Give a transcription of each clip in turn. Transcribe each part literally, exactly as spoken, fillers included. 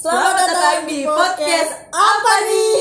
Selamat datang di podcast apa nih?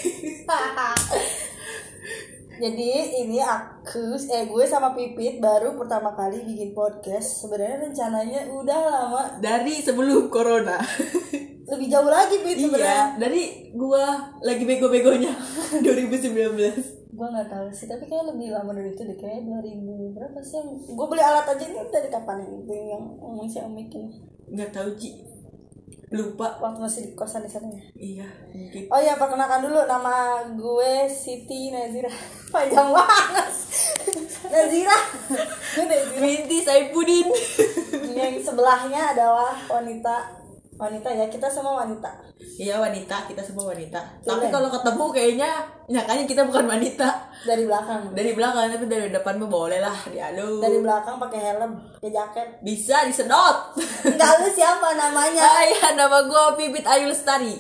Jadi ini aku, eh gue sama Pipit baru pertama kali bikin podcast. Sebenarnya rencananya udah lama Dari sebelum corona. lebih jauh lagi Pit Iya, sebenarnya. dari gua lagi bego-begonya dua ribu sembilan belas. Gue nggak tahu sih, tapi kayak lebih lama dari itu deh, kayak dua ribu berapa sih? Yang gue beli alat aja ini dari kapan ini? Itu yang ngomong si Omik ini. Nggak tahu Ci, lupa. Waktu masih di kosan di sana ya. Iya, mungkin. Oh ya, perkenalkan dulu, nama gue Siti Nazira. Panjang banget. Nazira. Gue Nazira. Binti Saipudin. Yang sebelahnya adalah wanita. Wanita ya, kita semua wanita. Iya, wanita, kita semua wanita. Iya. Tapi kalau ketemu kayaknya nyakanya kita bukan wanita. Dari belakang. Dari belakang, tapi dari depan mah boleh lah, diadu. Dari belakang pakai helm, pakai jaket. Bisa disedot. Enggak, lu siapa namanya? Ah, iya, nama gua Pipit Ayu Lestari.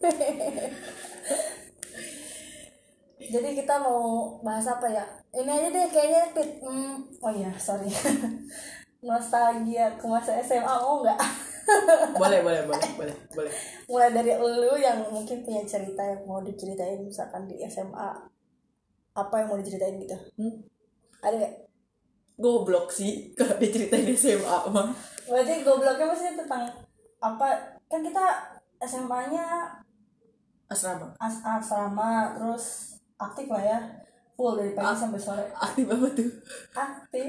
Jadi kita mau bahas apa ya? Ini aja deh kayaknya Pit. Hmm, oh iya, sorry. Nostalgia ke masa S M A, mau nggak? Boleh, boleh, boleh, boleh, boleh. Mulai dari lu yang mungkin punya cerita yang mau diceritain, misalkan di S M A, apa yang mau diceritain gitu? Hmm? Ada nggak? Goblok sih kalau diceritain S M A mah. Berarti gobloknya maksudnya tentang apa? Kan kita S M A-nya Asrama. as asrama, terus aktif lah ya, full dari pagi A- sampai sore. Aktif apa tuh? Aktif.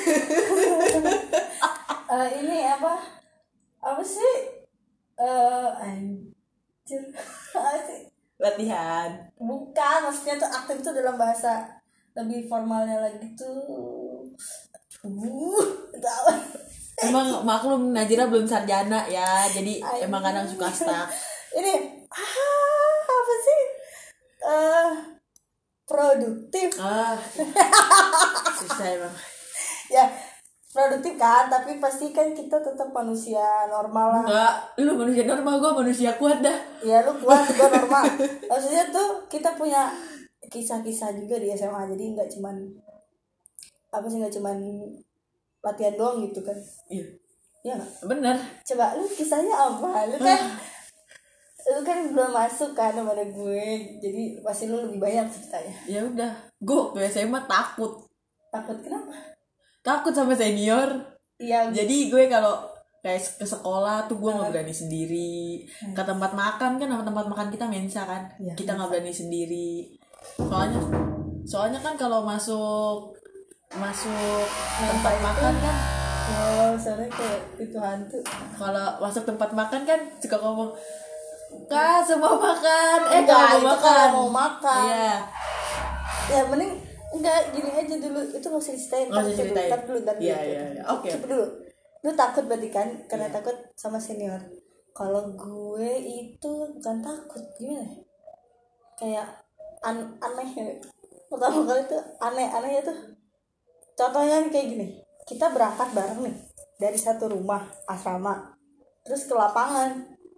Eh, ini apa? Apa sih? Eh, anjir. Apa sih? Latihan. Bukan, maksudnya tuh aktif tuh dalam bahasa lebih formalnya lagi tuh. Uh, tahu. Emang maklum Najira belum sarjana ya, jadi Ay. emang kadang suka stuck. Ini ah, apa sih? Eh, produktif. Ah, susah emang. Ya, produktif kan, tapi pasti kan kita tetap manusia normal lah. Enggak, lu manusia normal, gua manusia kuat dah. Ya lu kuat, gue normal. Maksudnya tuh kita punya kisah-kisah juga di S M A, jadi nggak cuman apa sih, nggak cuman latihan doang gitu kan? Iya, Iya nggak? bener. Coba lu kisahnya apa? Lu kan lu kan belum masuk kan sama gue, jadi pasti lu lebih banyak ceritanya. Ya udah, gua waktu S M A takut, Takut kenapa? takut sama senior. Iya. Jadi gue kalau kayak ke sekolah tuh gue nggak Hmm. berani sendiri. Ke tempat makan kan, sama tempat makan kita mensa kan, Iya, kita nggak mensa. berani sendiri. Soalnya, soalnya kan kalau masuk masuk tempat itu- makan kan, Oh, soalnya kayak itu hantu. kalau masuk tempat makan kan suka ngomong, Kak semua makan, eh Enggak, kalau itu mau makan, kalau mau makan. iya, Ya mending enggak, gini aja dulu, itu nggak usah diceritain. Nggak usah Ntar dulu, ceritain. ntar dulu, ntar dulu. Iya, iya, iya. Oke. Cepet dulu. Lu takut berarti kan, karena Iya. takut sama senior. Kalau gue itu bukan takut, gimana ya? Kayak an- aneh ya. Pertama kali tuh aneh, anehnya tuh contohnya nih kayak gini. Kita berangkat bareng nih dari satu rumah asrama, terus ke lapangan.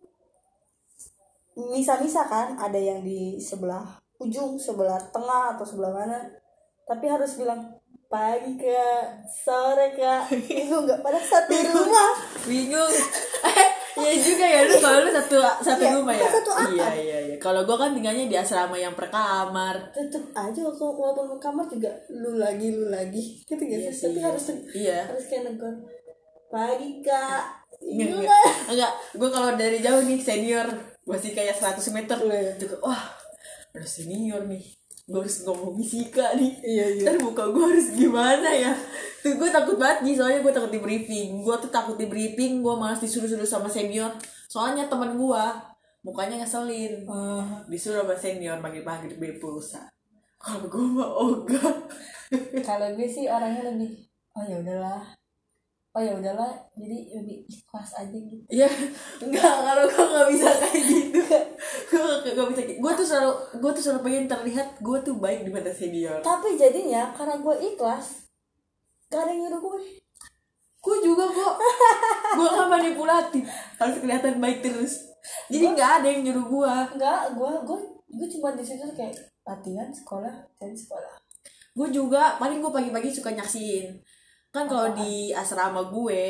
Misa-misa kan, ada yang di sebelah ujung, sebelah tengah atau sebelah mana, tapi harus bilang pagi kak, sore kak, bingung nggak pada satu rumah. bingung. Iya juga ya, lu kalau lu satu satu Iya, rumah ya. kita satu atap. Iya iya iya. Kalau gua kan tinggalnya di asrama yang per kamar. Tetep aja waktu mau bangun kamar juga lu lagi lu lagi gitu gitu. Iya Tapi sih, harus iya. harus kayak negor pagi kak, Enggak, bingung enggak, nggak? enggak. Gue kalau dari jauh nih senior masih kayak seratus meter. Iya. Juga, wah, ada senior nih. Gue harus ngomong fisika nih. Iya, iya. Ntar muka gue harus gimana ya? Tuh gue takut banget nih, soalnya gue takut di briefing. Gue tuh takut di briefing, gue malas disuruh-suruh sama senior. Soalnya teman gue mukanya ngeselin. Oh. Disuruh sama senior pagi-pagi beli pulsa. Kalau gue mah ogah. Kalau gue sih orangnya lebih, oh ya udahlah, oh ya udahlah, jadi lebih ikhlas aja gitu. Ya, enggak, kalau gue nggak bisa kayak gitu. Gue nggak bisa kayak, gue tuh selalu, gue tuh selalu pengen terlihat gue tuh baik di mata senior. Tapi jadinya karena gue ikhlas, gak ada yang nyuruh gue. Gue juga kok, gue nggak manipulatif, harus kelihatan baik terus. Jadi nggak ada yang nyuruh gue. Enggak, gue gue gue cuma di situ kayak latihan sekolah dan sekolah. Gue juga paling gue pagi-pagi suka nyaksiin. Kan kalau Apaan? di asrama gue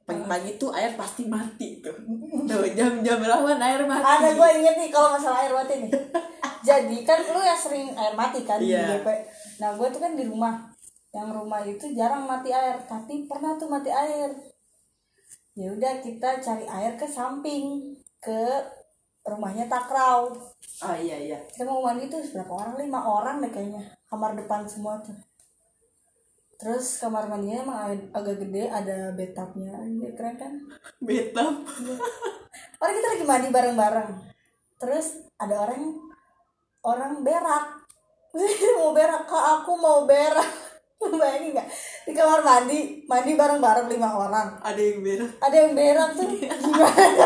pagi-pagi tuh air pasti mati tuh. Tuh jam-jam rawan air mati. Ada gue inget nih kalau masalah air mati nih. Jadi kan lu yang sering air mati kan Iya. di D P. Nah gue tuh kan di rumah, yang rumah itu jarang mati air, tapi pernah tuh mati air. Ya udah kita cari air ke samping, ke rumahnya Takraw. Oh iya iya. Kita mau mandi tuh berapa orang? Lima orang deh kayaknya. Kamar depan semua tuh. Terus kamar mandinya emang ag- agak gede, ada bathtubnya. Anjir, keren kan? Bathtub. Orang kita lagi mandi bareng-bareng. Terus ada orang orang berak. Mau berak, Kak, aku mau berak. Lu bayangin gak? Di kamar mandi, mandi bareng-bareng lima orang. Ada yang berak. Ada yang berak tuh gimana?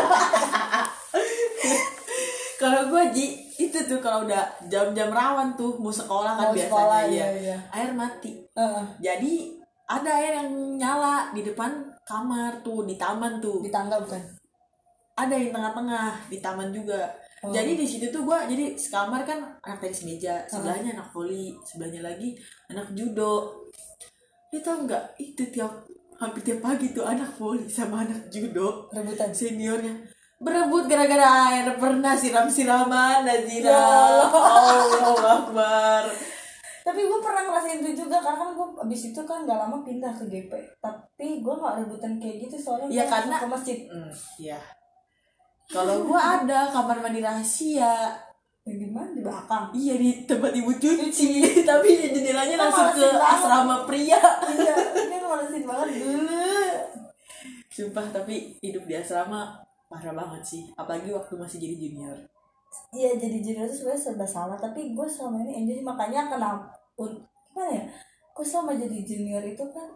Kalau gue Ji, itu tuh kalau udah jam-jam rawan tuh mau sekolah kan Mau biasanya sekolah, ya. iya, iya. Air mati. Heeh. Jadi ada air yang nyala di depan kamar tuh, di taman tuh. Di tangga bukan? Ada yang tengah-tengah di taman juga. Oh. Jadi di situ tuh gue jadi sekamar kan anak tenis meja, sebelahnya anak voli, sebelahnya lagi anak judo. Dia tau nggak itu tiap hampir tiap pagi tuh anak voli sama anak judo Rebutan. seniornya berebut gara-gara air, pernah siram-siraman Nazira. Ya Allah. Allahu Akbar. Tapi gue pernah ngerasain itu juga, karena kan gue abis itu kan gak lama pindah ke G P. Tapi gue gak rebutan kayak gitu soalnya Iya, gua karena- langsung ke masjid. Hmm, ya. Kalau gua ada kamar mandi rahasia. Yang di mana? Di belakang. Iya, di tempat ibu cuci. Tapi jendelanya Kita langsung ke malesin banget. asrama pria. Iya, ini malesin banget dulu. Sumpah, tapi hidup di asrama parah banget sih. Apalagi waktu masih jadi junior. Iya, jadi junior itu sebenarnya serba salah, tapi gue selama ini enjoy. Makanya kenapa gimana ya, gue selama jadi junior itu kan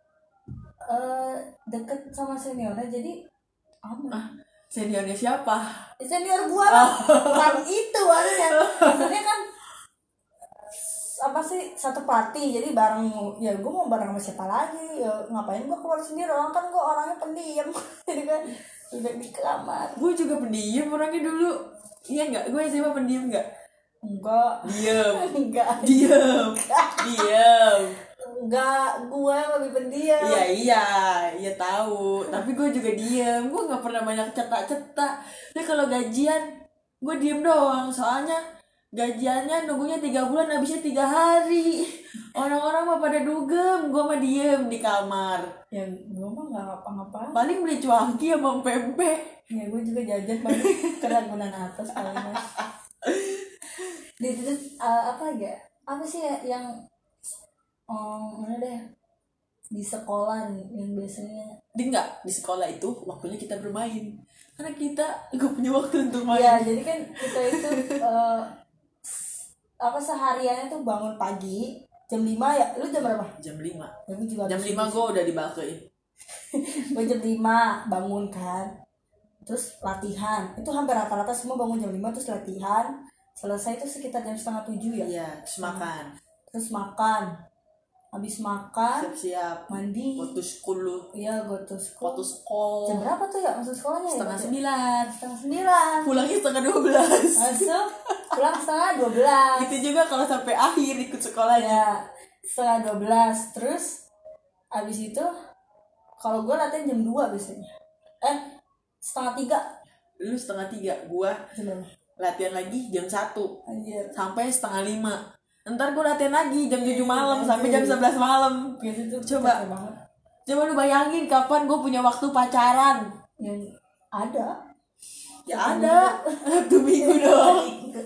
eh deket sama seniornya, jadi aman. Ah, seniornya siapa? Senior gue lah, bukan itu maksudnya. Maksudnya kan apa sih, satu party, jadi bareng. Ya gue mau bareng sama siapa lagi, ya ngapain gue keluar sendiri, orang kan gue orangnya pendiam. Jadi kan udah di kamar. Gue juga pendiam orangnya dulu. Iya nggak? Gue S M A pendiam nggak? Enggak. Diem. Enggak. Diem. Diem. Enggak, gue yang lebih pendiam. Iya iya, iya tahu. Tapi gue juga diem. Gue nggak pernah banyak cetak-cetak. Tapi kalau gajian, gue diem doang. Soalnya gajiannya nunggunya tiga bulan, habisnya tiga hari. Orang-orang mah pada dugem, gue mah diem di kamar. Ya gue mah nggak ngapa-ngapain. Paling beli cuanki sama pempek. Ya gue juga jajan paling keragunan atas paling. Di situ uh, apa ya? Apa sih ya yang um, mana deh di sekolah nih, yang biasanya? Di enggak, di sekolah itu waktunya kita bermain. Karena kita gak punya waktu untuk main. Ya jadi kan kita itu uh, apa sehariannya tuh bangun pagi jam lima ya. Lu jam berapa? Jam lima. Ya, gue juga Jam habis lima subuh. gue udah di Balkei. Gue jam lima bangun kan, terus latihan. Itu hampir rata-rata semua bangun jam lima, terus latihan. Selesai itu sekitar jam setengah tujuh ya. Iya, terus makan. Terus makan. Habis makan, Siap-siap. mandi. Go to school lu. Iya, go to school. Go to school. Jam berapa tuh ya masuk sekolahnya? Setengah ya? sembilan. Setengah sembilan. Pulangnya setengah dua belas. Masuk, pulang setengah dua belas. Itu juga kalau sampai akhir ikut sekolahnya. Ya, setengah dua belas. Terus habis itu kalau gue latihan jam dua biasanya. Eh, setengah tiga. Lu setengah tiga, gua Jam berapa? latihan lagi jam satu Anjir. sampai setengah lima. Ntar gua latihan lagi jam tujuh malam Anjir. sampai jam sebelas malam. Gitu tuh Coba. capek banget. Coba lu bayangin kapan gue punya waktu pacaran. Yang ada. Ya Satu ada. Satu minggu dong.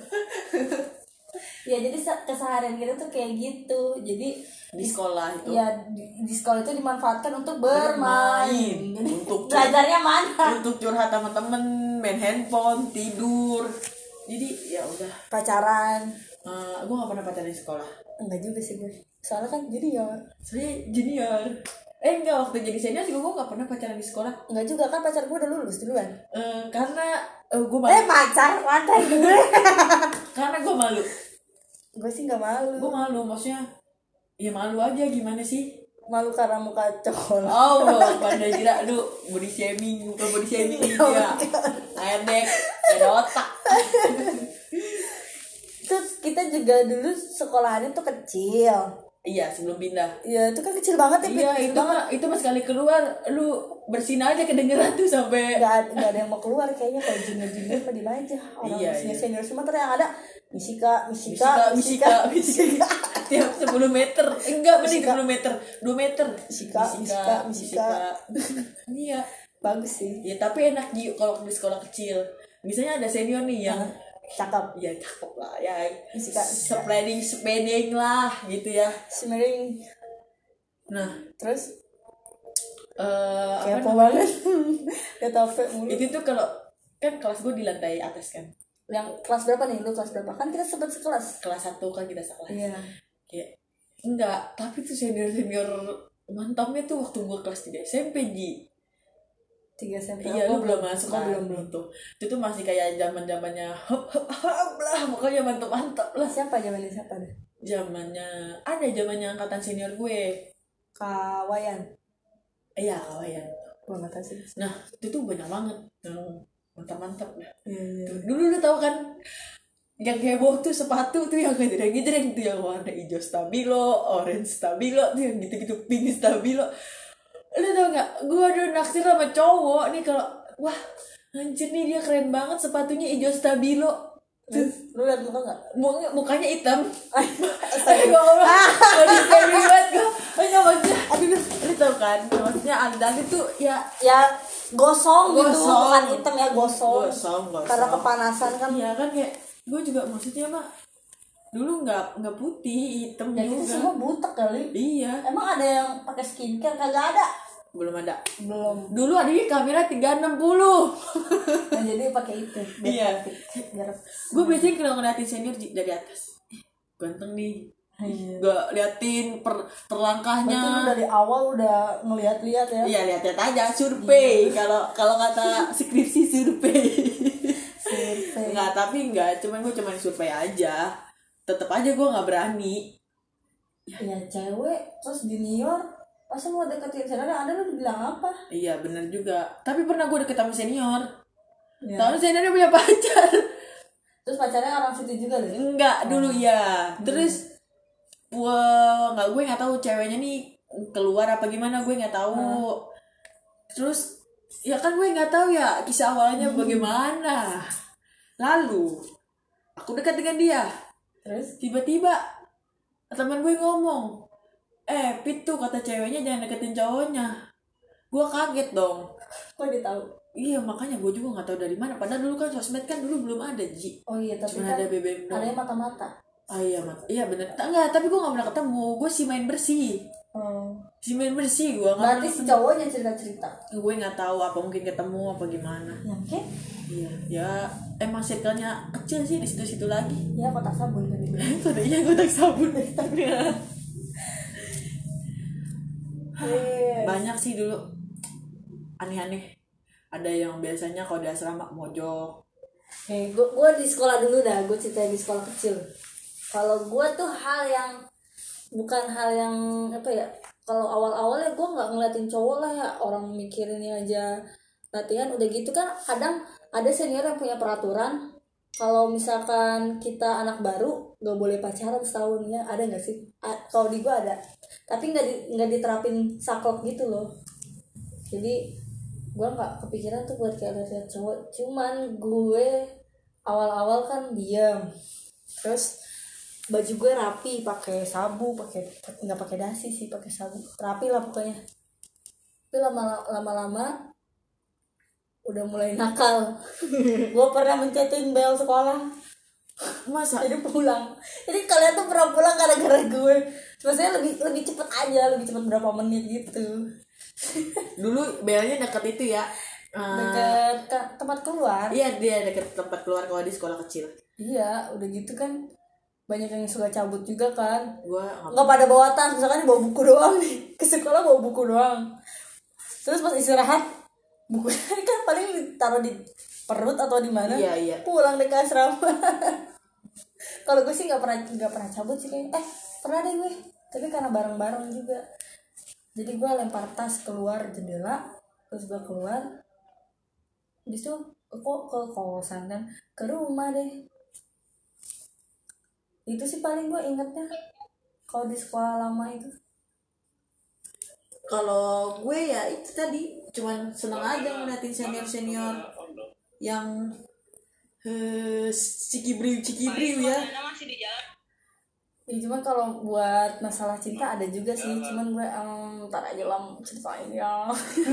Ya jadi se- keseharian kita tuh kayak gitu. Jadi Di sekolah itu. ya di, di sekolah itu dimanfaatkan untuk bermain. Bermain. Jadi Untuk belajarnya mana? Untuk curhat sama temen, main handphone, tidur. Jadi ya udah. Pacaran. Uh, gue gak pernah pacaran di sekolah. Enggak juga sih gue. Soalnya kan jadi ya Soalnya junior. Eh enggak, waktu jadi senior juga gue gak pernah pacaran di sekolah. enggak juga kan, pacar gue udah lulus duluan. Uh, karena uh, gue Eh malu. pacar mantan gue. Karena gue malu. Gue sih nggak malu. Gue malu, maksudnya ya malu aja, gimana sih? Malu karena muka cowok. Oh, pada kira aduh body shaming, bukan body shaming ini ya. Edek, ada otak. Terus kita juga dulu sekolahannya tuh kecil. Iya sebelum pindah. Iya itu kan kecil banget ya. Iya itu mah itu mah sekali keluar lu bersin aja kedengeran tuh sampai nggak nggak ada yang mau keluar kayaknya. Kalau junior junior mah diem aja. Orang iya, senior iya. senior semua terus yang ada misika misika misika misika tiap sepuluh meter enggak mending Misika. sepuluh meter dua meter Misika, misika, misika. iya bagus sih. ya tapi enak Ji kalau di sekolah kecil misalnya ada senior nih yang cakep ya cakep lah ya Misika, misika. spreading spreading lah gitu ya Smearing. nah Terus eh apa kepo namanya? banget. Gak tau apa mulu. Itu tuh kalau kan kelas gue di lantai atas kan Yang kelas berapa nih? Lu kelas berapa? Kan kita sempat sekelas. kelas satu kan kita sekelas Iya. kayak enggak tapi tuh senior senior mantapnya tuh waktu gue kelas tiga S M P Ji Tiga SMP. iya Oh, lu belum masuk oh, kan belum belum. tuh itu tuh masih kayak zaman zamannya hop hop hop lah pokoknya mantap mantap lah Siapa zamannya siapa deh? zamannya ada zamannya angkatan senior gue Kawayan. iya kawayan Gua nggak tahu sih. nah itu tuh banyak banget yang mantap mantap lah Iya iya. Tuh, dulu lu tahu kan yang heboh tuh sepatu tuh yang ngejreng-ngejreng tuh yang warna hijau stabilo, orange stabilo tuh yang gitu-gitu pink stabilo. Lu tau gak? Gue udah naksir sama cowok nih kalau wah anjir nih dia keren banget sepatunya hijau stabilo. Terus lu liat muka nggak? Mukanya, mukanya hitam. Aduh gue ngomong, gue disebut banget gue. Enggak maksudnya, aduh lu tau kan? Maksudnya Aldan itu ya Ya gosong, gitu, Gosong. bukan hitam ya gosong. gosong, gosong. Karena kepanasan kan. Iya kan kayak gue juga maksudnya mah dulu nggak nggak putih hitam Ya kita juga. semua butek kali. Iya. Emang ada yang pakai skincare? Kagak ada. Belum ada. Belum. Dulu adanya kamera tiga enam puluh. Nah, jadi pakai itu. Biar Iya. cantik. Biar Gue biasanya kalau ngeliatin senior Ji, dari atas. Eh, ganteng nih. Iya. Gue liatin per, perlangkahnya. Berarti lu dari awal udah ngeliat-liat ya. Iya lihat-lihat aja survei. Kalau kalau kata skripsi survei. Survei. Enggak, tapi enggak. Cuman gue cuman survei aja. Tetep aja gue nggak berani. Ya cewek terus junior masa mau deketin senior ada lu bilang apa? Iya bener juga. Tapi pernah gue deket sama senior. Ya. Tahu seniornya punya pacar. Terus pacarnya orang situ juga deh. Enggak dulu ya. Terus gue nggak gue nggak tahu ceweknya nih keluar apa gimana gue nggak tahu. Terus ya kan gue nggak tahu ya kisah awalnya bagaimana. Lalu aku dekat dengan dia. Terus Tiba-tiba teman gue ngomong, eh Pit tuh kata ceweknya jangan deketin cowoknya. Gue kaget dong. kok dia tahu? Iya makanya gue juga nggak tahu dari mana. Padahal dulu kan sosmed kan dulu belum ada Ji. Oh iya tapi Cuma kan ada B B M doang. ada yang mata-mata. Ah iya mat, iya bener. Enggak, tapi gue nggak pernah ketemu. Gue si main bersih, Oh. si main bersih gue nggak Berarti pernah si ketemu. cowoknya cerita-cerita. Gue nggak tahu apa mungkin ketemu apa gimana. Ya mungkin Iya, ya emang circle-nya kecil sih di situ-situ lagi. ya kotak sabun kan dibilang. Tadinya gue tak sabun tapi Iya. banyak sih dulu aneh-aneh. Ada yang biasanya kalau di asrama mojok. Nih, gua, gua di sekolah dulu dah, gua ceritain di sekolah kecil. Kalau gua tuh hal yang bukan hal yang apa ya? Kalau awal-awalnya gua nggak ngeliatin cowok lah ya, orang mikirinnya aja latihan udah gitu kan. Kadang ada senior yang punya peraturan kalau misalkan kita anak baru nggak boleh pacaran setahun ya, ada nggak sih? A- kalau di gua ada, tapi nggak di, nggak diterapin saklek gitu loh. Jadi gue nggak kepikiran tuh buat kayak lihat cowok, cuman gue awal-awal kan diam, terus baju gue rapi pakai sabu, pakai nggak pakai dasi sih, pakai sabu rapi lah pokoknya. Tapi lama lama-lama udah mulai nakal. Gue pernah mencetin bel sekolah, Masa? jadi pulang. Jadi kalian tuh pernah pulang gara-gara gue. Maksudnya lebih lebih cepet aja, lebih cepet berapa menit gitu. Dulu belnya deket itu ya. Eh, Deket ke tempat keluar. Iya dia deket tempat keluar kalau di sekolah kecil. Iya, udah gitu kan banyak yang suka cabut juga kan. Gua Nggak pada bawa tas, misalkan bawa buku doang nih. Ke sekolah bawa buku doang. Terus pas istirahat, buku kan paling taruh di perut atau di mana. Iya, iya. Pulang deh ke asrama. Kalau gue sih nggak pernah nggak pernah cabut sih kayaknya. Eh, pernah deh gue. Tapi karena bareng-bareng juga. Jadi gue lempar tas keluar jendela, terus gue keluar. Habis itu kok ke kosan kan, ke rumah deh. Itu sih paling gue ingetnya. kalau di sekolah lama itu? Kalau gue ya itu tadi cuman seneng aja ngeliatin senior senior yang eh cikibriu cikibriu ya. Ya cuman kalau buat masalah cinta ada juga sih, cuman gue um, ntar aja lah ceritain ya.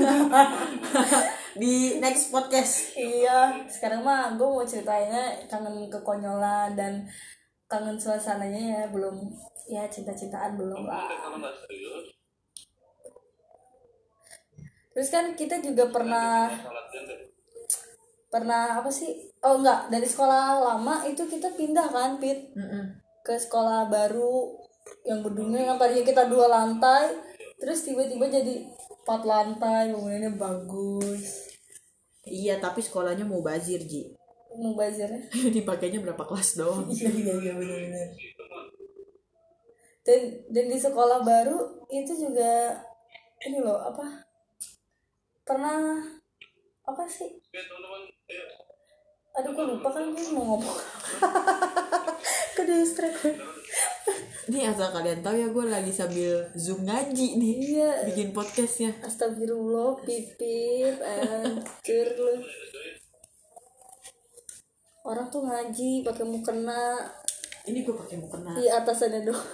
Di next podcast. Iya, sekarang mah gue mau ceritainnya kangen kekonyolan dan kangen suasananya ya, belum ya cinta-cintaan belum lah. Terus kan kita juga pernah pernah apa sih? Oh enggak, dari sekolah lama itu kita pindah kan, Pit? Mm-mm. Ke sekolah baru yang gedungnya yang tadinya kita dua lantai, terus tiba-tiba jadi empat lantai, bangunannya bagus. Iya, tapi sekolahnya mau bazir, Ji. Mau bazirnya? Dipakainya berapa kelas doang. Iya iya iya benar-benar. Dan dan di sekolah baru itu juga ini loh apa? Pernah apa sih? Aduh gue lupa kan gue mau ngomong. Ke distract. Nih asal kalian tahu ya, gue lagi sambil zoom ngaji nih. Iya. Bikin podcastnya. Astagfirullah, pipip, anjir lu. Orang tuh ngaji pakai mukena. Ini gue pakai mukena. Di atasannya doang.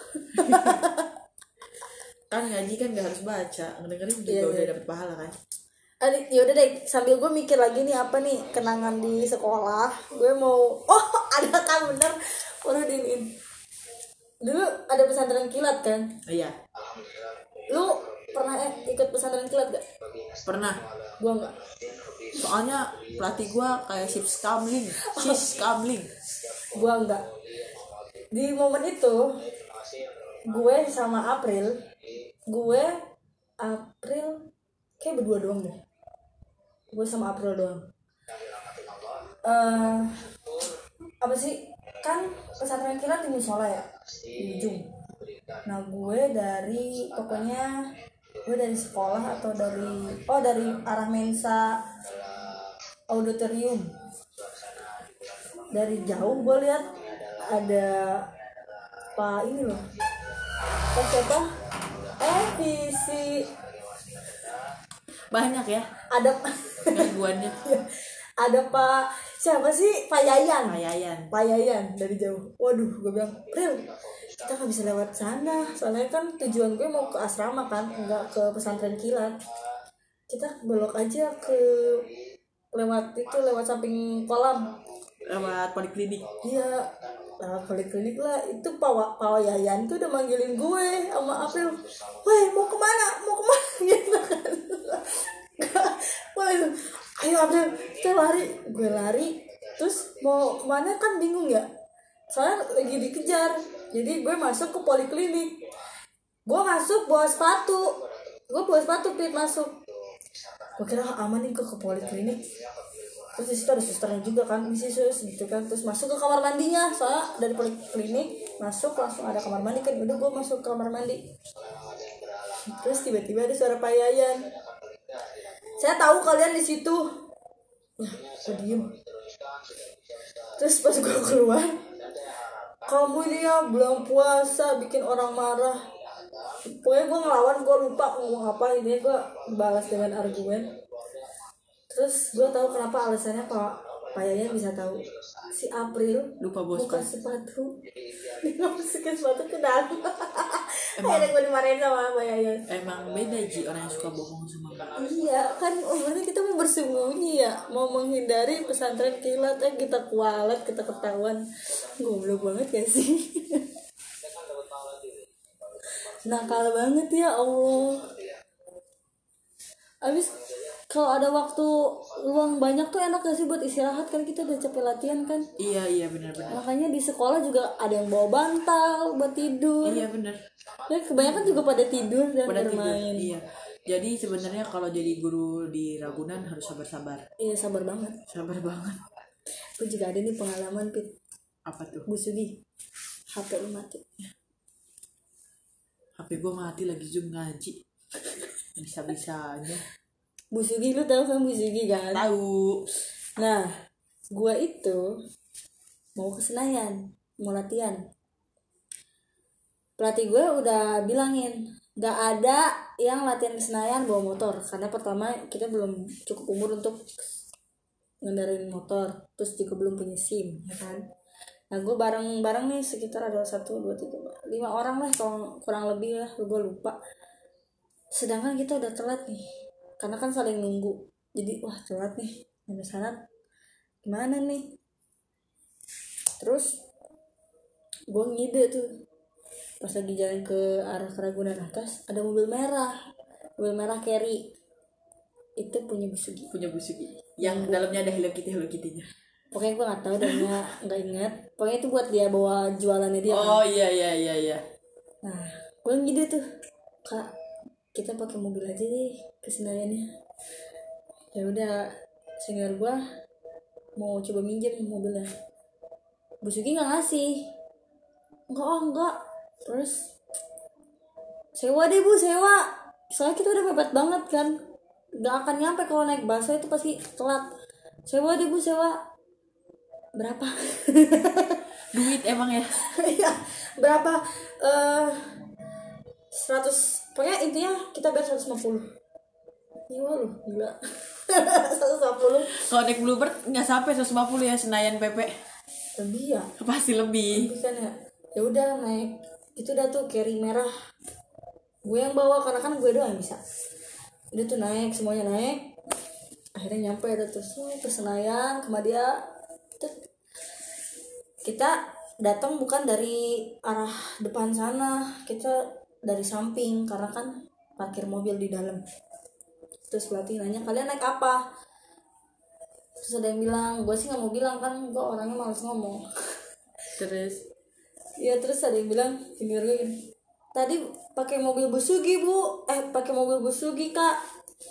Kan ngaji kan gak harus baca, ngedengerin juga Iya, udah iya. dapet pahala kan. Adik, yaudah deh, sambil gue mikir lagi nih apa nih kenangan di sekolah. Gue mau, oh ada kan bener, udah diinin. Dulu ada pesantren kilat kan? Iya, Lu pernah eh, ikut pesantren kilat gak? pernah. Gue enggak. Soalnya pelatih gue kayak Sis Kamling, Sis Kamling. Gue enggak. Di momen itu, gue sama April, gue April kayak berdua doang deh. Gue sama April doang. Eh apa sih? Kan pesantren kilat di musola ya, di ujung. Nah gue dari pokoknya gue dari sekolah atau dari oh dari arah Mensa auditorium. Dari jauh gue lihat ada Pak ini loh. Pak siapa? Eh visi Banyak ya ada gangguannya. ada Pak siapa sih? Pak Yayan. Pak Yayan. Pak Yayan dari jauh. Waduh, gue bilang, Pril, kita nggak bisa lewat sana. Soalnya kan tujuan gue mau ke asrama kan, nggak ke pesantren kilat. Kita belok aja ke lewat itu, lewat samping kolam. Lewat poliklinik. Iya, lewat poliklinik lah. Itu Pak Pak Yayan tuh udah manggilin gue sama April. Woi, mau kemana? Mau kemana? Gitu kan. Wah, ayo April, kita lari. Gue lari. Terus mau kemana kan bingung ya. Soalnya lagi dikejar. Jadi gue masuk ke poliklinik. Gue masuk bawa sepatu. Gue bawa sepatu Pit masuk. Gue kira aman nih gue ke poliklinik. Terus di situ ada susternya juga kan, isi sus gitu kan. Terus masuk ke kamar mandinya. Soalnya dari poliklinik masuk langsung ada kamar mandi kan. Udah gue masuk ke kamar mandi. Terus tiba-tiba ada suara Pak Yayan. Saya tahu kalian di situ. Ya, gue diem. Terus pas gue keluar, kamu ini ya belum puasa bikin orang marah. Pokoknya gue ngelawan, gue lupa ngomong apa. Ini gue balas dengan argumen. Terus gue tahu kenapa alasannya Pak Pak Yayan bisa tahu. Si April Lupa bawa buka sepatu. sepatu. Dia masukin sepatu ke dalam. Akhirnya gue dimarahin sama Pak Yayan. Emang beda Ji orang yang suka bohong sama gue. Iya kan, umumnya kita mau bersembunyi ya, mau menghindari pesantren kilat, eh kita kualat, kita ketahuan. Goblok banget gak sih? Nakal banget ya Allah. Abis kalau ada waktu luang banyak tuh enak gak sih buat istirahat, kan kita udah capek latihan kan. Iya iya benar-benar. Makanya di sekolah juga ada yang bawa bantal buat tidur. Iya benar. Dan kebanyakan juga pada tidur dan Pada tidur. bermain. Iya. Jadi sebenarnya kalau jadi guru di Ragunan harus sabar-sabar. Iya sabar banget. Sabar banget. Gue juga ada nih pengalaman Pit. Apa tuh? Bu Sugi, H P lu mati. H P gue mati lagi zoom ngaji. Bisa-bisanya. Bu Sugi, lu tahu kan Bu Sugi kan? Tahu. Nah, gua itu mau ke Senayan, mau latihan. pelatih gue udah bilangin nggak ada yang latihan ke Senayan bawa motor, karena pertama kita belum cukup umur untuk ngendarain motor, terus juga belum punya SIM ya kan. Nah gue bareng-bareng nih sekitar ada satu dua tiga lima orang lah kalau kurang lebih lah, gue lupa. Sedangkan kita udah telat nih karena kan saling nunggu, jadi wah telat nih sampai sana gimana nih. Terus gue ngide tuh pas lagi jalan ke arah Keragunan atas ada mobil merah, mobil merah carry itu punya Busugi. Punya Busugi yang hmm. dalamnya ada Hello Kitty Hello Kitty-nya. Pokoknya gue nggak tahu dan nggak nggak inget. Pokoknya itu buat dia bawa jualannya dia. Oh kan? iya iya iya iya. Nah gue ngide tuh, kak kita pakai mobil aja deh ke Senayannya. Ya udah, senior gue mau coba minjem mobilnya. Busugi nggak ngasih. Enggak oh, enggak. Terus sewa deh bu, sewa. Soalnya kita udah mepet banget kan, nggak akan nyampe kalau naik busway itu pasti telat. Sewa deh bu, sewa. Berapa? Duit emang ya? Iya, berapa? Eh seratus. Pokoknya intinya kita bayar seratus lima puluh. Nyewa loh, gila. seratus lima puluh. Kalau naik Bluebird nggak sampai seratus lima puluh ya Senayan P P. Lebih ya? Pasti lebih. Lebih kan ya. Ya udah naik. Itu udah tuh carry merah. Gue yang bawa karena kan gue doang bisa. Udah tuh naik, semuanya naik. Akhirnya nyampe ada terus ke Senayan, ke Madia. Tuh. Kita datang bukan dari arah depan sana, kita dari samping karena kan parkir mobil di dalam. Terus pelatih nanya, kalian naik apa? Terus ada yang bilang, gue sih nggak mau bilang kan, gue orangnya malas ngomong. Terus ya terus ada yang bilang senior gue gini, tadi pakai mobil Busugi bu, eh pakai mobil Busugi kak.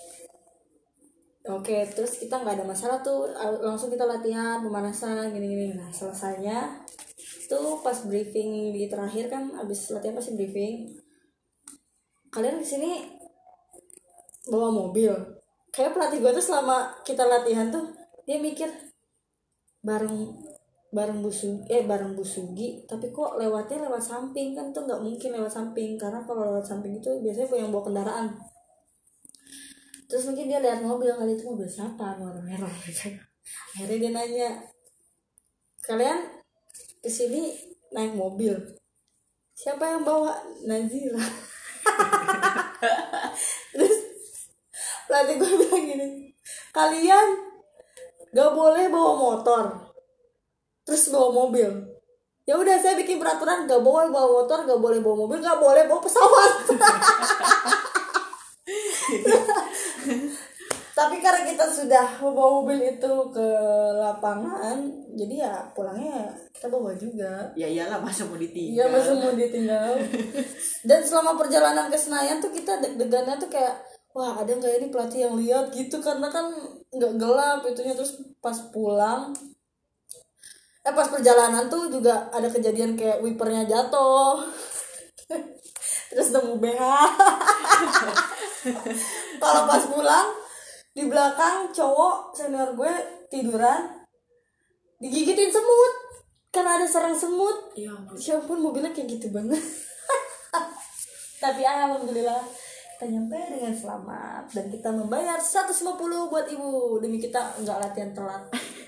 Oke, terus kita nggak ada masalah tuh, langsung kita latihan pemanasan gini-gini. Nah selesainya tuh pas briefing di terakhir kan, abis latihan pasti briefing. Kalian kesini bawa mobil. Kayak pelatih gue tuh selama kita latihan tuh dia mikir bareng bareng Busugi, eh bareng Busugi, tapi kok lewatnya lewat samping, kan tuh nggak mungkin lewat samping karena kalau lewat samping itu biasanya yang bawa kendaraan. Terus mungkin dia lihat mobil, kali itu mobil siapa warna merah. Akhirnya dia nanya, kalian kesini naik mobil, siapa yang bawa? Nazira. Terus pelatih gue bilang gini, kalian gak boleh bawa motor terus bawa mobil. Ya udah saya bikin peraturan, gak boleh bawa motor, gak boleh bawa mobil, gak boleh bawa pesawat. Tapi karena kita sudah membawa mobil itu ke lapangan, jadi ya pulangnya kita bawa juga. Ya iyalah, masa mau ditinggal. Iya masa mau ditinggal. Dan selama perjalanan ke Senayan tuh kita deg-degannya tuh kayak, wah ada nggak ini pelatih yang lihat gitu, karena kan nggak gelap itunya. Terus pas pulang, eh pas perjalanan tuh juga ada kejadian kayak wipernya jatuh. Terus nemu B H. Kalau pas pulang di belakang cowok senior gue tiduran digigitin semut karena ada sarang semut. Ya ampun. Siapapun mobilnya kayak gitu banget. Tapi alhamdulillah kita nyampe dengan selamat dan kita membayar seratus lima puluh buat ibu demi kita nggak latihan telat.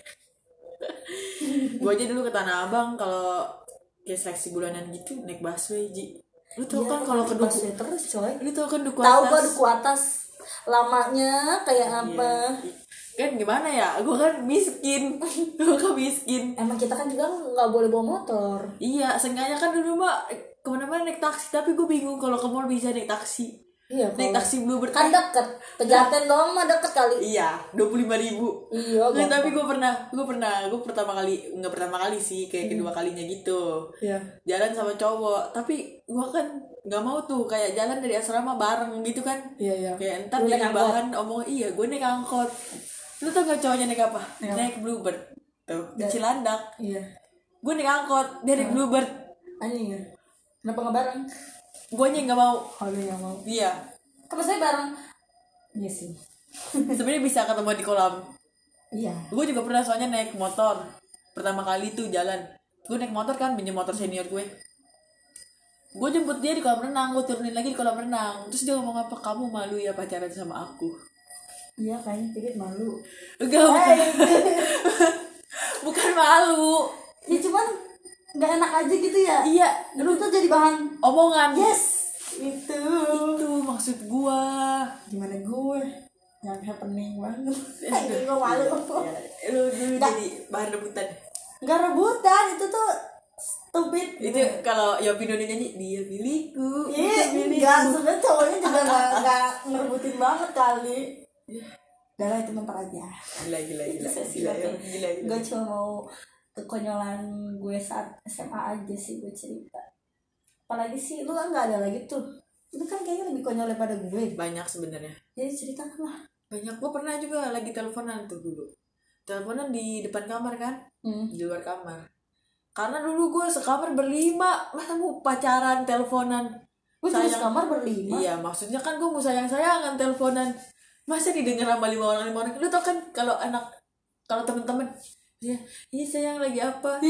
Gue aja dulu ke Tanah Abang kalau kayak seleksi bulanan gitu naik busway Ji. Lu tau Ya, kan kalau ke duku terus coy. Lu tau kan duku Tahu atas. gua duku atas lamanya kayak apa? Iya. Kan gimana ya? Gue kan miskin. Gue kan miskin. Emang kita kan juga nggak boleh bawa motor. Iya, seenggaknya kan dulu mah kemana-mana naik taksi. Tapi gue bingung kalau ke mall bisa naik taksi. Iya, naik taksi Bluebird kan deket, Pejaten doang mah deket kali. Iya, dua puluh lima ribu. Iya, nah, tapi gue pernah, gue pernah, gue pertama kali, nggak pertama kali sih, kayak hmm. kedua kalinya gitu. Iya. Jalan sama cowok, tapi gue kan nggak mau tuh kayak jalan dari asrama bareng gitu kan. Iya iya. Kayak ntar jadi bahan omong, iya gue naik angkot. Lu tau gak cowoknya naik apa? Ya. Naik Bluebird. Tuh, di Cilandak. Iya. Gue naik angkot, dia naik Bluebird. Anjing ya. Kenapa nggak bareng? Gue aja nggak mau. Oh, lu nggak mau. Iya. Kamu saya bareng. Iya sih. Sebenarnya bisa ketemu di kolam. Iya. Gue juga pernah soalnya naik motor. Pertama kali tuh jalan. Gue naik motor kan, pinjam motor senior gue. gue jemput dia di kolam renang, gue turunin lagi di kolam renang. Terus dia ngomong apa, kamu malu ya pacaran sama aku? Iya kayaknya Pipit malu. Enggak, bukan. Bukan malu. Ya cuman nggak enak aja gitu ya. Iya, Lu tuh jadi bahan omongan. yes itu Itu maksud gue. gimana gue yang happening banget. Eh, Ini gue malu. Ya, lu dulu Nggak. jadi bahan rebutan. Nggak rebutan, itu tuh stupid. Itu kalau Yovie Nuni nyanyi, dia milikku. Iya, dia milikku. enggak, sebenarnya cowoknya juga nggak nggak ngerebutin banget kali. Udah lah itu mentar aja. Gila, gila, gila. Sesi Gila, banget. gila, gila. Gue cuma mau kekonyolan gue saat S M A aja sih gue cerita. Apalagi sih, lu kan nggak ada lagi tuh. Itu kan kayaknya lebih konyol daripada gue. Banyak sebenarnya. Jadi ceritakan lah. Banyak. Gue pernah juga lagi teleponan tuh dulu. Teleponan di depan kamar kan, Hmm. di luar kamar. Karena dulu gue sekamar berlima, masa mau pacaran teleponan? Gue juga Sayang. sekamar berlima. Iya, maksudnya kan gue mau sayang-sayangan teleponan. Masa didengar sama lima orang lima orang? Lu tau kan kalau anak, kalau temen-temen, ya, ini sayang lagi apa?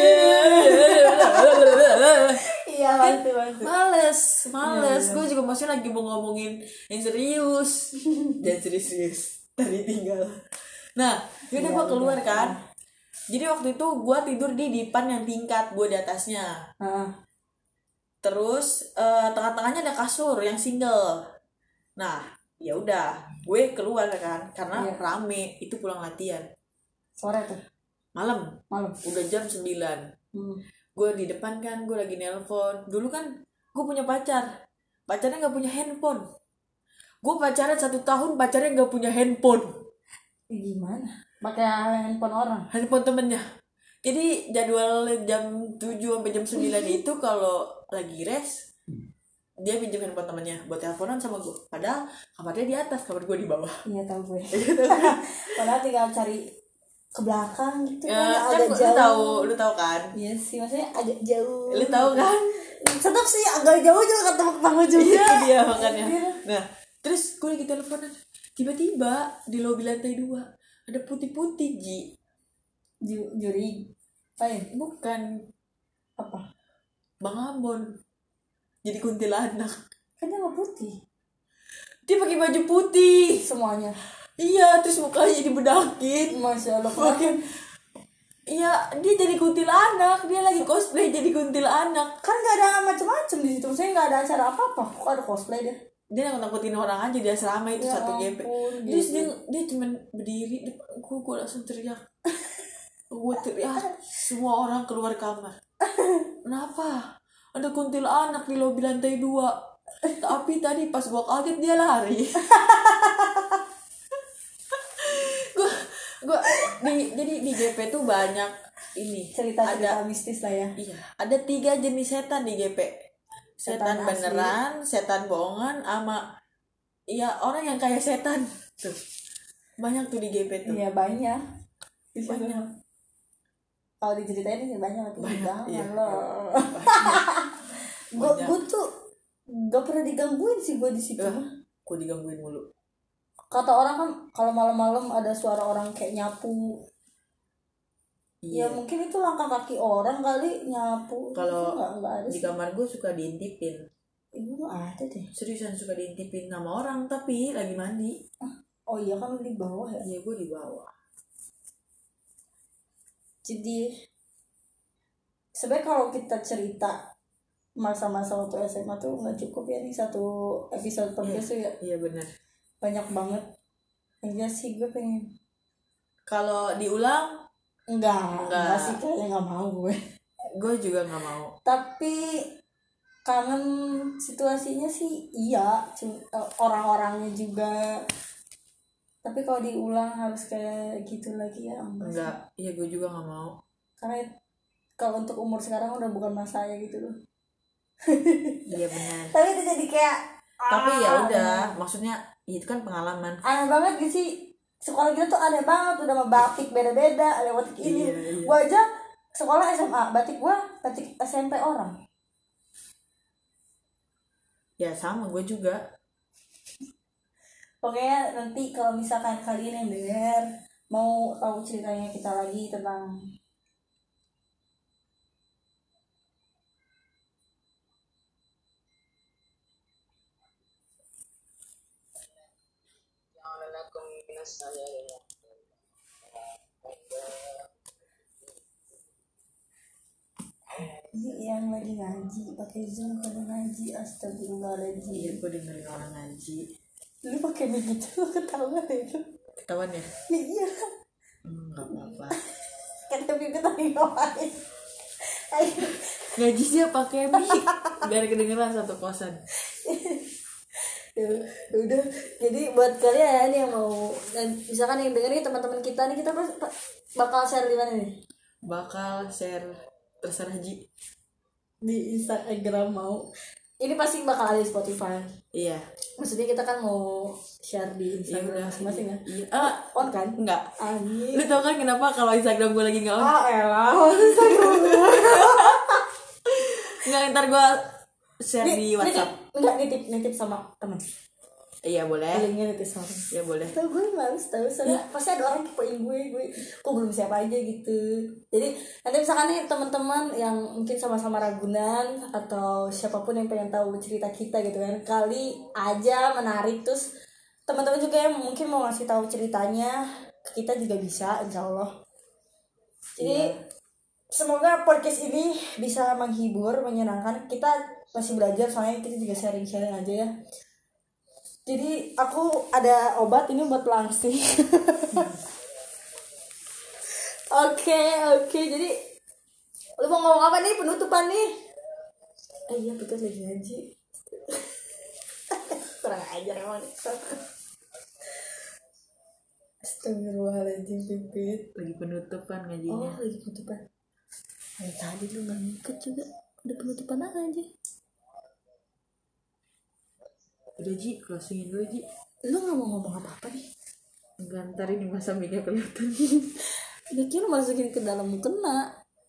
Iya, bantu bantu. Males, males. Iya, iya. Gue juga masih lagi mau ngomongin yang serius. Dan serius-serius. Tadi tinggal. Nah, yaudah Iya, gue keluar iya. kan. Jadi waktu itu gue tidur di dipan yang tingkat, gue di atasnya. Heeh. Terus eh, tengah-tengahnya ada kasur yang single. Nah, ya udah, gue keluar kan karena Iya. rame. Itu pulang latihan. Sore tuh, Malam, malam. udah jam sembilan. Hmm. Gue di depan kan, gue lagi nelpon. Dulu kan gue punya pacar, pacarnya nggak punya handphone. Gue pacaran satu tahun, pacarnya nggak punya handphone, Eh, gimana? Pakai handphone orang. handphone temennya. Jadi jadwal jam tujuh sampai jam sembilan itu kalau lagi res, dia pinjam handphone temennya buat teleponan sama gue. Padahal kamarnya di atas, kamar gue di bawah. Iya tahu gue. Padahal tinggal cari ke belakang gitu Ya, kan, kan agak lu jauh. tahu, lu tahu kan? Iya sih, maksudnya agak jauh. Lu tahu kan? Tetap sih agak jauh juga ketemu ketemu juga. Itu dia makanya. Iya. Nah, terus gue lagi teleponan, tiba-tiba di lobi lantai dua ada putih-putih, Ji. Ju- juri. Apain? Bukan Apa? Bang Ambon. Jadi kuntilanak. Kan dia nggak putih Dia pakai baju putih. semuanya. Iya, terus mukanya dibedakin. Masya Allah. Makin iya, dia jadi kuntilanak. Dia lagi cosplay jadi kuntilanak. Kan nggak ada macam-macam di situ. Maksudnya nggak ada acara apa-apa. Kok ada cosplay deh? Dia nakut-nakutin orang aja, dia selama itu Ya satu G P. ampun, Terus gitu. dia dia cuman berdiri depan gue, gue langsung teriak. Gue teriak, semua orang keluar kamar. Kenapa? Ada kuntilanak di lobi lantai dua. Tapi tadi pas gue kaget dia lari. gue gue di jadi di G P tuh banyak ini Cerita-cerita ada mistis lah ya. iya ada tiga jenis setan di G P. Setan, Setan asli. beneran, setan bohongan, sama ya orang yang kayak setan tuh. Banyak tuh di G P tuh. Iya banyak. Di situ. Banyak. Kalau diceritain sih banyak tapi Banyak, jangan iya. loh. Gue Banyak. gue tuh gak pernah digangguin sih gue di situ. Eh, gue digangguin mulu. Kata orang kan kalau malam-malam ada suara orang kayak nyapu. Ya Iya. mungkin itu langkah kaki orang kali nyapu. Kalau nggak nggak ada di sih. kamar gue suka diintipin. Ibu nggak ada deh. Seriusan suka diintipin sama orang tapi lagi mandi. Oh iya kan di bawah ya. Iya, gue di bawah. Jadi sebenarnya kalau kita cerita masa-masa waktu S M A tuh nggak cukup ya nih satu episode podcast tuh ya, Iya benar. banyak banget. Enggak sih gue pengen Kalau diulang, enggak Enggak. enggak sih kayaknya nggak mau gue. gue juga nggak mau. Tapi kangen situasinya sih iya, cu- eh, orang-orangnya juga. Tapi kalau diulang harus kayak gitu lagi ya enggak sih. Enggak, iya gue juga nggak mau. Karena kalau untuk umur sekarang udah bukan masanya gitu loh. Iya benar. Tapi itu jadi kayak Tapi ya ah, udah, maksudnya itu kan pengalaman. aneh banget gitu sih. Sekolah kita tuh aneh banget, udah sama batik beda-beda, ada batik ini. Iya, iya. Gua aja sekolah S M A, batik gua batik S M P orang. Ya sama gue juga. Pokoknya nanti kalau misalkan kalian yang denger mau tahu ceritanya kita lagi tentang Ini yang lagi ngaji pakai zoom karena ngaji, Iya, astagfirullahaladzim. gue dengerin orang ngaji. Lu pakai mic gitu lo ketahuan itu. Ketahuan ya? Iya. Hmm, gak apa-apa. Kata Bibit lagi ngapain? Ayo. Ngaji sih pakai mic biar kedengeran satu kosan. Ya udah, jadi buat kalian yang mau, dan misalkan yang dengerin teman-teman kita nih, kita pas- pa- bakal share di mana nih? Bakal share terserah Ji. Di Instagram mau. Ini pasti bakal ada di Spotify. Iya. Maksudnya kita kan mau share di Iya Instagram udah masing-masing ya. Iya. Ah, On kan? enggak. Anjir. Lu tau kan kenapa kalau Instagram gue lagi nggak on? Ah elah, Instagram. Nggak, ntar gue share di WhatsApp. Nitip, enggak nitip, nitip sama teman. Iya boleh. Linknya nitip sama teman. Iya boleh. Tahu gue males tahu soalnya pasti ada orang kepoin gue gue kok belum siapa aja gitu. Jadi nanti misalkan nih teman-teman yang mungkin sama-sama Ragunan atau siapapun yang pengen tahu cerita kita gitu kan, kali aja menarik, terus teman-teman juga yang mungkin mau ngasih tahu ceritanya ke kita juga bisa, insya Allah. Jadi Iya. semoga podcast ini bisa menghibur, menyenangkan. Kita masih belajar soalnya kita juga sharing-sharing aja ya. Jadi aku ada obat, ini obat langsing. Oke, oke. Jadi lu mau ngomong apa nih penutupan nih? Eh iya, Pipit lagi ngaji. Kurang ajar emang. Astagfirullahaladzim, Pipit. Lagi penutupan Oh, ngajinya. lagi penutupan. Dari tadi lu gak ngikut juga. Udah penutupan apa aja? Udah Ji, closingin dulu Ji. Lu gak mau ngomong apa-apa nih? Enggak, ntar ini masa mic-nya kelihatan. Mikir masukin ke dalam mukena.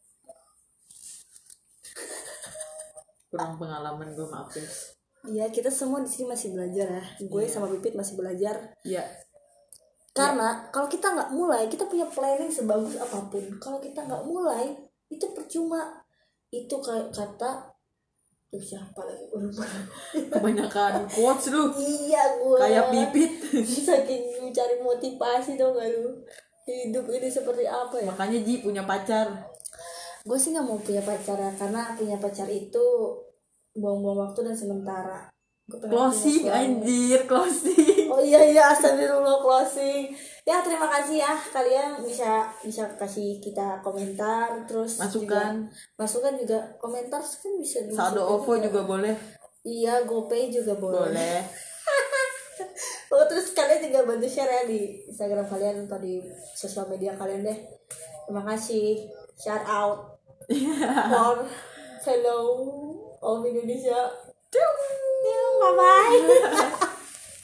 Kurang pengalaman gue, maaf guys. Iya, kita semua di sini masih belajar ya. Gue Iya. sama Pipit masih belajar. Iya. Karena kalau kita nggak mulai, kita punya planning sebagus apapun. Kalau kita nggak mulai, itu percuma. Itu kayak kata Tuh siapa lagi? Kebanyakan quotes lu. Iya, gue Kayak Pipit. saking mencari motivasi dong gak lu. Hidup ini seperti apa ya? Makanya Ji punya pacar. Gue sih nggak mau punya pacar ya, karena punya pacar itu buang-buang waktu dan sementara. Gua pengen Closing punya suami. anjir, closing. Oh iya iya, astagfirullah, closing. Ya terima kasih ya, kalian bisa bisa kasih kita komentar, terus Masukan. juga, masukan juga komentar kan bisa Saldo dimasukin OVO juga boleh. Iya, GoPay juga boleh. Boleh. Oh, terus kalian juga bantu share ya di Instagram kalian atau di sosial media kalian deh. Terima kasih. Shout out for fellow of Indonesia. Bye bye.